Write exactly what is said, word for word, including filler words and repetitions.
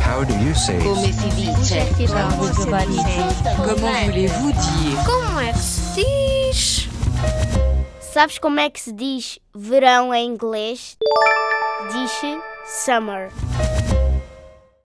How do you say Come it? si dice? Comment voulez-vous dire? Como é que se diz? Sabes como é que se diz verão em inglês? Diz-se summer.